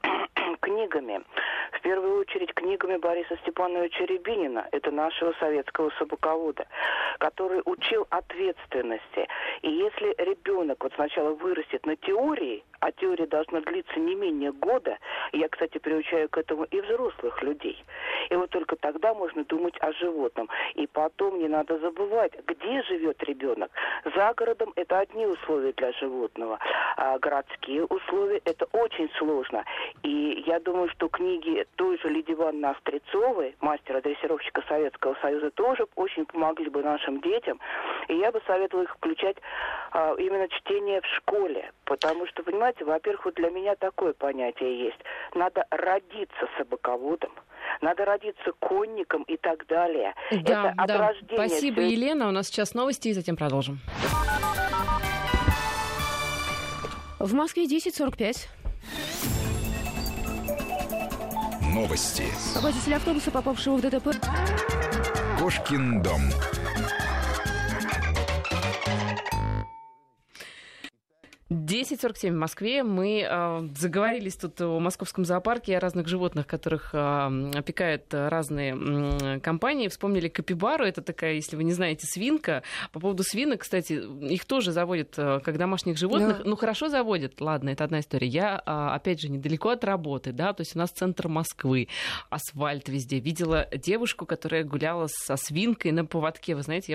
книгами. В первую очередь книгами Бориса Степановича Рябинина, это нашего советского собаковода, который учил ответственности. И если ребенок вот сначала вырастет на теории, а теория должна длиться не менее года, я, кстати, приучаю к этому и взрослых людей, и вот только тогда можно думать о животном. И потом не надо забывать, где живет ребенок. За городом это одни условия для животного, а городские условия это очень сложно. И я думаю, что книги той же Лидии Ивановны Острецовой, мастера-дрессировщика Советского Союза, тоже очень помогли бы нашим детям. И я бы советовала их включать именно чтение в школе. Потому что, понимаете, во-первых, вот для меня такое понятие есть. Надо родиться собаководом, надо родиться конником и так далее. Да, это от рождения. Спасибо, Елена. У нас сейчас новости, и затем продолжим. В Москве 10:45. Новости. Водитель автобуса, попавшего в ДТП. Кошкин дом. Десять 10:47 в Москве. Мы заговорились тут о московском зоопарке, о разных животных, которых опекают разные компании. Вспомнили капибару. Это такая, если вы не знаете, свинка. По поводу свинок, кстати, их тоже заводят как домашних животных. Да. Ну, хорошо заводят. Ладно, это одна история. Я, опять же, недалеко от работы, да, то есть у нас центр Москвы, асфальт везде. Видела девушку, которая гуляла со свинкой на поводке. Вы знаете,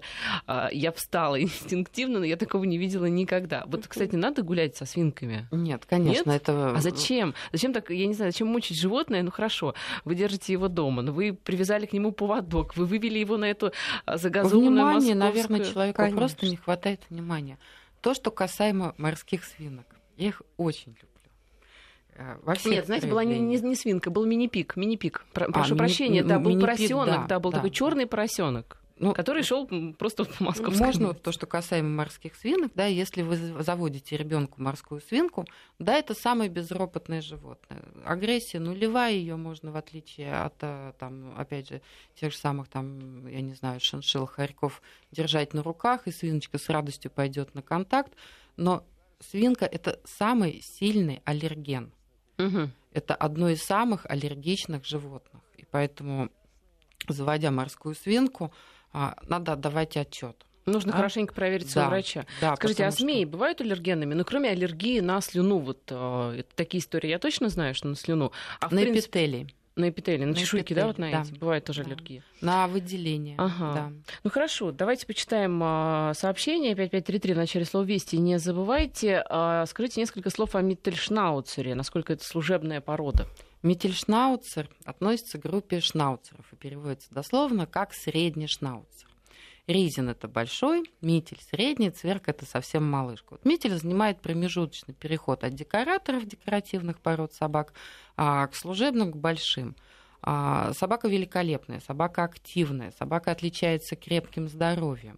я встала инстинктивно, но я такого не видела никогда. Вот, кстати, надо гулять со свинками? Нет, конечно. Нет? Это... А зачем? Зачем так, я не знаю, зачем мучить животное? Ну хорошо, вы держите его дома, но вы привязали к нему поводок, вы вывели его на эту загазованную Внимание, московскую... наверное, человеку просто не хватает внимания. То, что касаемо морских свинок, я их очень люблю. Нет, знаете, была не свинка, был мини-пик. Прошу прощения, да, был поросенок, да, был такой черный поросенок. Который шел просто в московском. Можно то, что касаемо морских свинок, да, если вы заводите ребенку морскую свинку, да, это самое безропотное животное. Агрессия нулевая, ее можно, в отличие от, там, опять же, тех же самых, там, я не знаю, шиншилл, хорьков, держать на руках, и свиночка с радостью пойдет на контакт. Но свинка — это самый сильный аллерген. Угу. Это одно из самых аллергичных животных. И поэтому, заводя морскую свинку, надо отдавать отчет. Нужно хорошенько проверить своего врача. Да, скажите, а змеи бывают аллергенными? Ну, кроме аллергии на слюну, вот такие истории я точно знаю, что на слюну. А на эпителии. На эпителии, на чешуйки, да, вот на эти? Бывает тоже аллергия. На выделение. Ага. Да. Ну хорошо, давайте почитаем сообщение 5533 в начале слова «Вести». Не забывайте, скажите несколько слов о Миттельшнауцере, насколько это служебная порода. Миттельшнауцер относится к группе шнауцеров и переводится дословно как средний шнауцер. Ризин — это большой, миттель — средний, цверк — это совсем малышка. Вот миттель занимает промежуточный переход от декораторов, декоративных пород собак, к служебным, к большим. Собака великолепная, собака активная, собака отличается крепким здоровьем.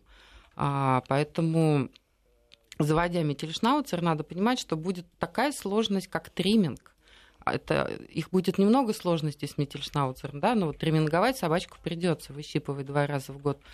Поэтому, заводя Миттельшнауцер, надо понимать, что будет такая сложность, как тримминг. Их будет немного сложностей с Миттельшнауцером, да, но вот тримминговать собачку придется, выщипывать 2 раза в год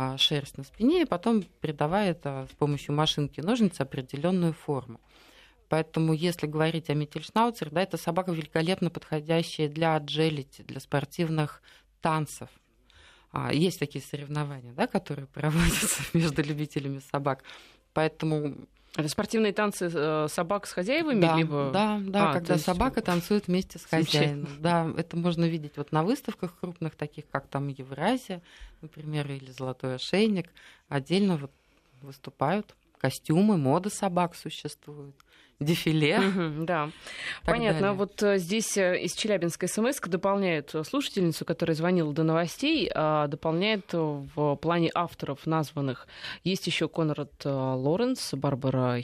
шерсть на спине и потом придавая это с помощью машинки ножниц определенную форму. Поэтому, если говорить о Миттельшнауцере, да, это собака великолепно подходящая для agility, для спортивных танцев. Есть такие соревнования, да, которые проводятся между любителями собак. Поэтому... Это спортивные танцы собак с хозяевами? Да, либо... да, когда собака танцует вместе с хозяином. Да, это можно видеть вот на выставках крупных, таких как там Евразия, например, или Золотой ошейник. Отдельно вот выступают костюмы, мода собак существует. Дефиле. Да, понятно. Далее. Вот здесь из Челябинской СМС дополняет слушательницу, которая звонила до новостей, дополняет в плане авторов названных. Есть еще Конрад Лоренс, Барбара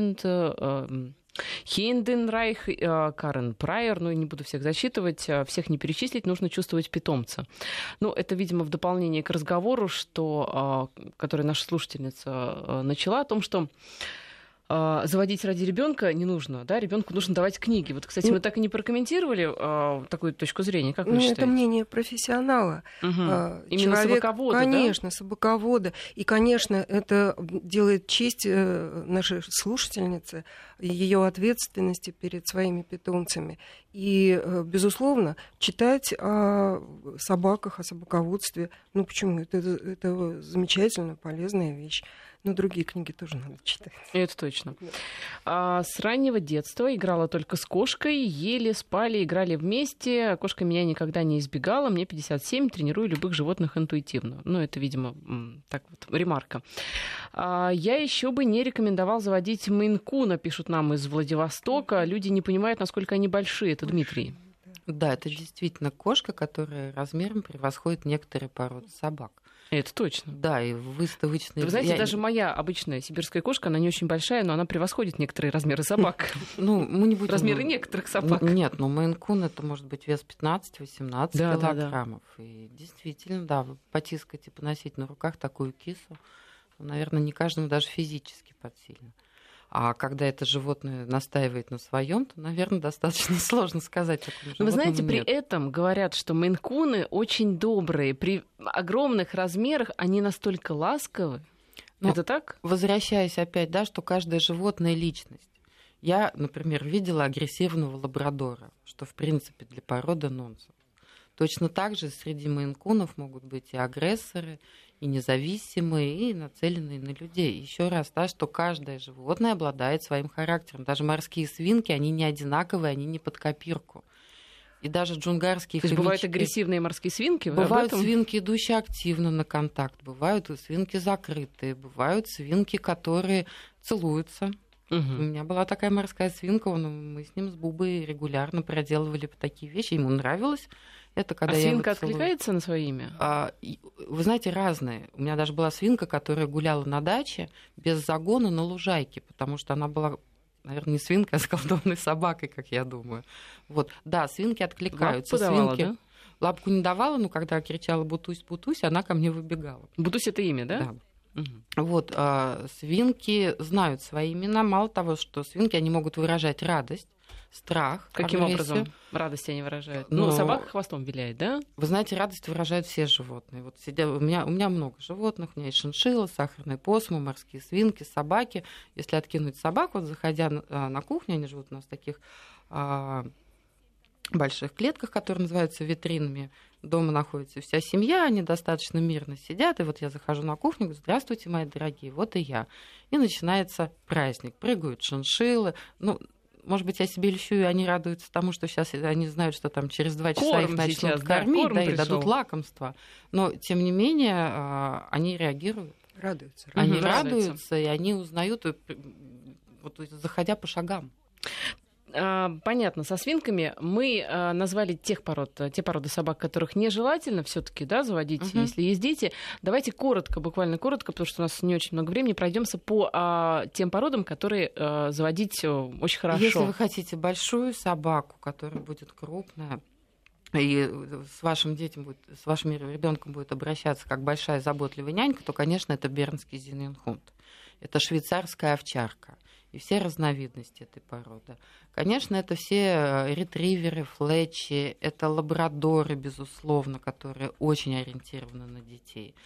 Хейнденрайх, Карен Прайер, ну, не буду всех зачитывать, всех не перечислить, нужно чувствовать питомца. Ну, это, видимо, в дополнение к разговору, который наша слушательница начала, о том, что заводить ради ребенка не нужно, да, ребенку нужно давать книги. Вот, кстати, мы так и не прокомментировали такую точку зрения, как вы считаете? Это мнение профессионала. Именно собаковода, конечно, да? собаковода. И, конечно, это делает честь нашей слушательнице, ее ответственности перед своими питомцами. И, безусловно, читать о собаках, о собаководстве, ну почему? Это замечательно, полезная вещь. Но другие книги тоже надо читать. Это точно. С раннего детства играла только с кошкой, ели, спали, играли вместе. Кошка меня никогда не избегала. Мне 57, тренирую любых животных интуитивно. Ну, это, видимо, так вот, ремарка. Я еще бы не рекомендовал заводить мейн-куна, пишут нам из Владивостока. Люди не понимают, насколько они большие. Это Дмитрий. Да, это действительно кошка, которая размером превосходит некоторые породы собак. Это точно. Да, и выставочные... Вы знаете, даже моя обычная сибирская кошка, она не очень большая, но она превосходит некоторые размеры собак. Ну, мы не будем... Размеры некоторых собак. Нет, но мейн-кун это может быть вес 15-18 килограммов. И действительно, да, вы потискаете, поносить на руках такую кису, наверное, не каждому даже физически под сильно. А когда это животное настаивает на своем, то, наверное, достаточно сложно сказать, какому животному. Но вы знаете, нет. при этом говорят, что мейн-куны очень добрые. При огромных размерах они настолько ласковы. Но, это так? Возвращаясь опять, да, что каждое животное — личность. Я, например, видела агрессивного лабрадора, что, в принципе, для породы нонсенс. Точно так же среди мейн-кунов могут быть и агрессоры, и независимые, и нацеленные на людей. Еще раз, да, что каждое животное обладает своим характером. Даже морские свинки, они не одинаковые, они не под копирку. И даже джунгарские хомячки... То есть бывают агрессивные морские свинки? Бывают свинки, идущие активно на контакт, бывают свинки закрытые, бывают свинки, которые целуются. У меня была такая морская свинка, мы с ним, с Бубой, регулярно проделывали такие вещи, ему нравилось. Это когда свинка откликается на свое имя? Вы знаете, разные. У меня даже была свинка, которая гуляла на даче без загона на лужайке, потому что она была, наверное, не свинкой, а заколдованной собакой, как я думаю. Вот. Да, свинки откликаются. Лапку давала, свинки... да? Лапку не давала, но когда кричала «Бутусь, Бутусь», она ко мне выбегала. Бутусь — это имя, да? Да. Вот, свинки знают свои имена. Мало того, что свинки, они могут выражать радость, страх. Каким агрессию. Образом радость они выражают? Ну, собака хвостом виляет, да? Вы знаете, радость выражают все животные. Вот у меня много животных, у меня есть шиншилла, сахарный посмо, морские свинки, собаки. Если откинуть собак, вот заходя на кухню, они живут у нас в таких больших клетках, которые называются витринами. Дома находится вся семья, они достаточно мирно сидят. И вот я захожу на кухню, говорю: здравствуйте, мои дорогие, вот и я. И начинается праздник. Прыгают шиншиллы. Ну, может быть, я себе льщу, и они радуются тому, что сейчас они знают, что там через 2 часа их начнут сейчас кормить, да, и дадут лакомство. Но, тем не менее, они реагируют. Радуются. Они радуются, и они узнают, вот, заходя по шагам. Понятно, со свинками мы назвали те породы собак, которых нежелательно все-таки, да, заводить, если есть дети. Давайте буквально коротко, потому что у нас не очень много времени, пройдемся по тем породам, которые заводить очень хорошо. Если вы хотите большую собаку, которая будет крупная, и с вашим ребенком будет обращаться как большая заботливая нянька, то, конечно, это бернский зиненхунд. Это швейцарская овчарка. И все разновидности этой породы. Конечно, это все ретриверы, флетчи, это лабрадоры, безусловно, которые очень ориентированы на детей.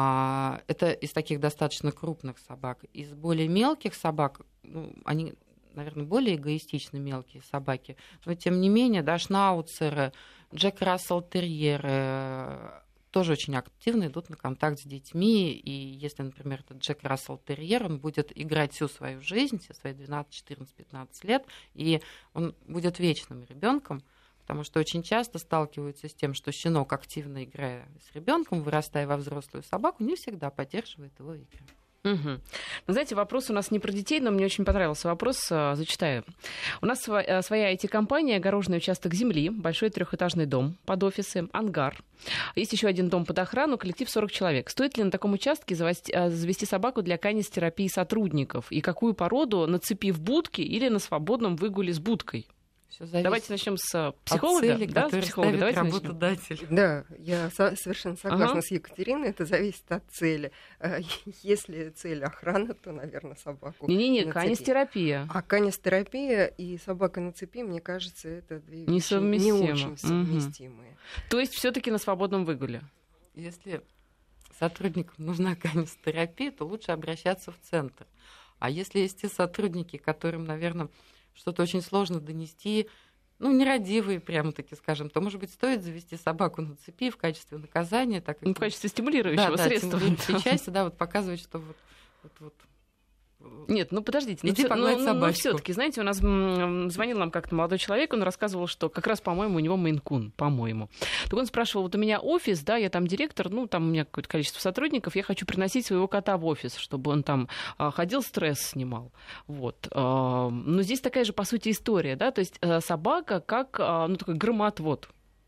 Это из таких достаточно крупных собак. Из более мелких собак, они, наверное, более эгоистичны мелкие собаки, но тем не менее, да, шнауцеры, Джек Рассел терьеры тоже очень активно идут на контакт с детьми, и если, например, этот Джек Рассел терьер, он будет играть всю свою жизнь, все свои 12, 14, 15 лет, и он будет вечным ребенком, потому что очень часто сталкиваются с тем, что щенок, активно играя с ребенком, вырастая во взрослую собаку, не всегда поддерживает его игры. Угу. Знаете, вопрос у нас не про детей, но мне очень понравился вопрос, зачитаю. У нас своя IT-компания, огороженный участок земли, большой трехэтажный дом под офисы, ангар. Есть еще один дом под охрану, коллектив 40 человек. Стоит ли на таком участке завести собаку для канистерапии сотрудников? И какую породу, на цепи в будке или на свободном выгуле с будкой? Давайте начнем с психолога. Цели, да, с психолога. Давайте работодатель. Да, я совершенно согласна с Екатериной. Это зависит от цели. Если цель охрана, то, наверное, собаку. Не-не-не, канистерапия. А канистерапия и собака на цепи, мне кажется, это две вещи не очень совместимые. То есть все-таки на свободном выгуле. Если сотрудникам нужна канистерапия, то лучше обращаться в центр. А если есть те сотрудники, которым, наверное, что-то очень сложно донести, нерадивые, прямо-таки скажем, то, может быть, стоит завести собаку на цепи в качестве наказания. Так как в качестве стимулирующего средства. Да, части, да, вот показывать, что вот. Нет, подождите. Иди погладь собачку. Все-таки, знаете, у нас звонил нам как-то молодой человек, он рассказывал, что как раз, по-моему, у него мейн-кун, по-моему. Так он спрашивал, вот у меня офис, да, я там директор, там у меня какое-то количество сотрудников, я хочу приносить своего кота в офис, чтобы он там ходил, стресс снимал. Вот. Но здесь такая же, по сути, история, да, то есть собака как, такой громоотвод.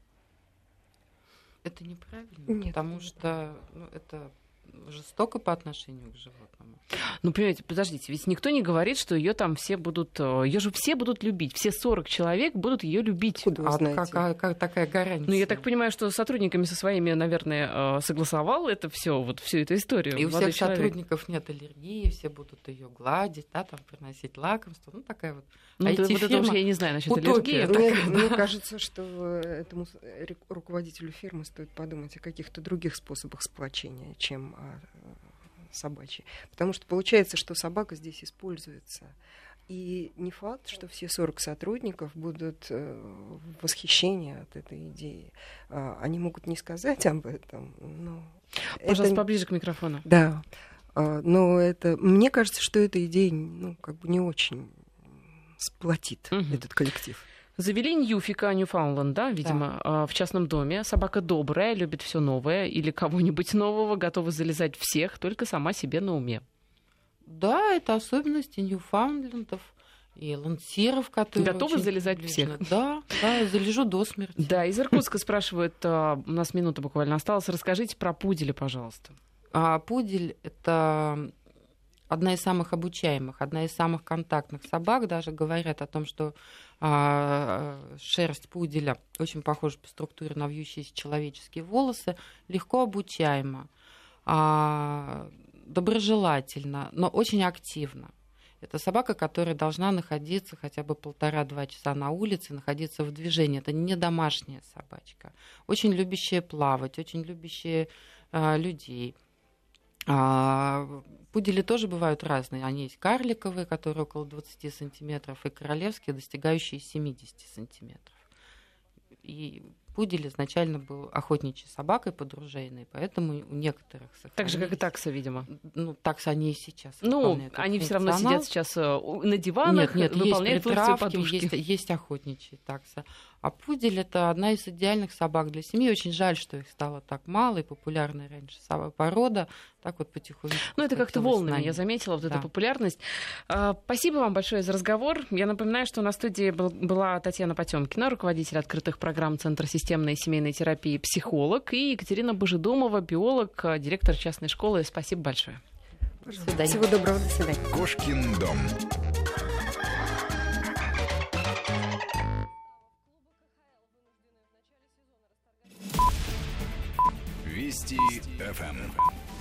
Это неправильно, Нет, потому что это жестоко по отношению к животному. Понимаете, подождите, ведь никто не говорит, что ее там все будут... Ее же все будут любить. Все 40 человек будут ее любить. Куда вы знаете? Как такая гарантия? Я так понимаю, что с сотрудниками со своими, наверное, согласовал это все, всю эту историю. И у всех сотрудников нет аллергии, все будут ее гладить, да, там приносить лакомство. Такая вот это уж я не знаю насчет аллергии. Мне кажется, что этому руководителю фирмы стоит подумать о каких-то других способах сплочения, чем собачьей. Потому что получается, что собака здесь используется. И не факт, что все 40 сотрудников будут в восхищении от этой идеи. Они могут не сказать об этом, но... Пожалуйста, поближе к микрофону. Да. Но мне кажется, что эта идея не очень сплотит этот коллектив. Завели Ньюфика, Ньюфаундленд, да, видимо, в частном доме. Собака добрая, любит все новое или кого-нибудь нового, готова залезать всех, только сама себе на уме. Да, это особенности Ньюфаундлендов и лансеров, которые готовы залезать всех. Да, залежу до смерти. Да, из Иркутска спрашивают, у нас минута буквально осталась, расскажите про пуделя, пожалуйста. Пудель — это одна из самых обучаемых, одна из самых контактных собак. Даже говорят о том, что шерсть пуделя очень похожа по структуре на вьющиеся человеческие волосы, легко обучаема, доброжелательна, но очень активна. Это собака, которая должна находиться хотя бы 1,5-2 часа на улице, находиться в движении. Это не домашняя собачка. Очень любящая плавать, очень любящая людей. Пудели тоже бывают разные. Они есть карликовые, которые около 20 сантиметров, и королевские, достигающие 70 сантиметров. И пудель изначально был охотничьей собакой подружейной, поэтому у некоторых сохранились. Так же, как и такса, видимо. Таксы они и сейчас выполняют. Они все равно сидят сейчас на диванах, выполняют функцию подушки. Есть охотничьи таксы. А пудель — это одна из идеальных собак для семьи. Очень жаль, что их стало так мало, и популярная раньше порода так вот потихоньку. Это как-то волнами, я заметила, эту популярность. Спасибо вам большое за разговор. Я напоминаю, что на студии была Татьяна Потёмкина, руководитель открытых программ Центра системной и семейной терапии, психолог, и Екатерина Божедомова, биолог, директор частной школы. Спасибо большое. До свидания. Всего доброго, до свидания. Кошкин дом. Вести ФМ.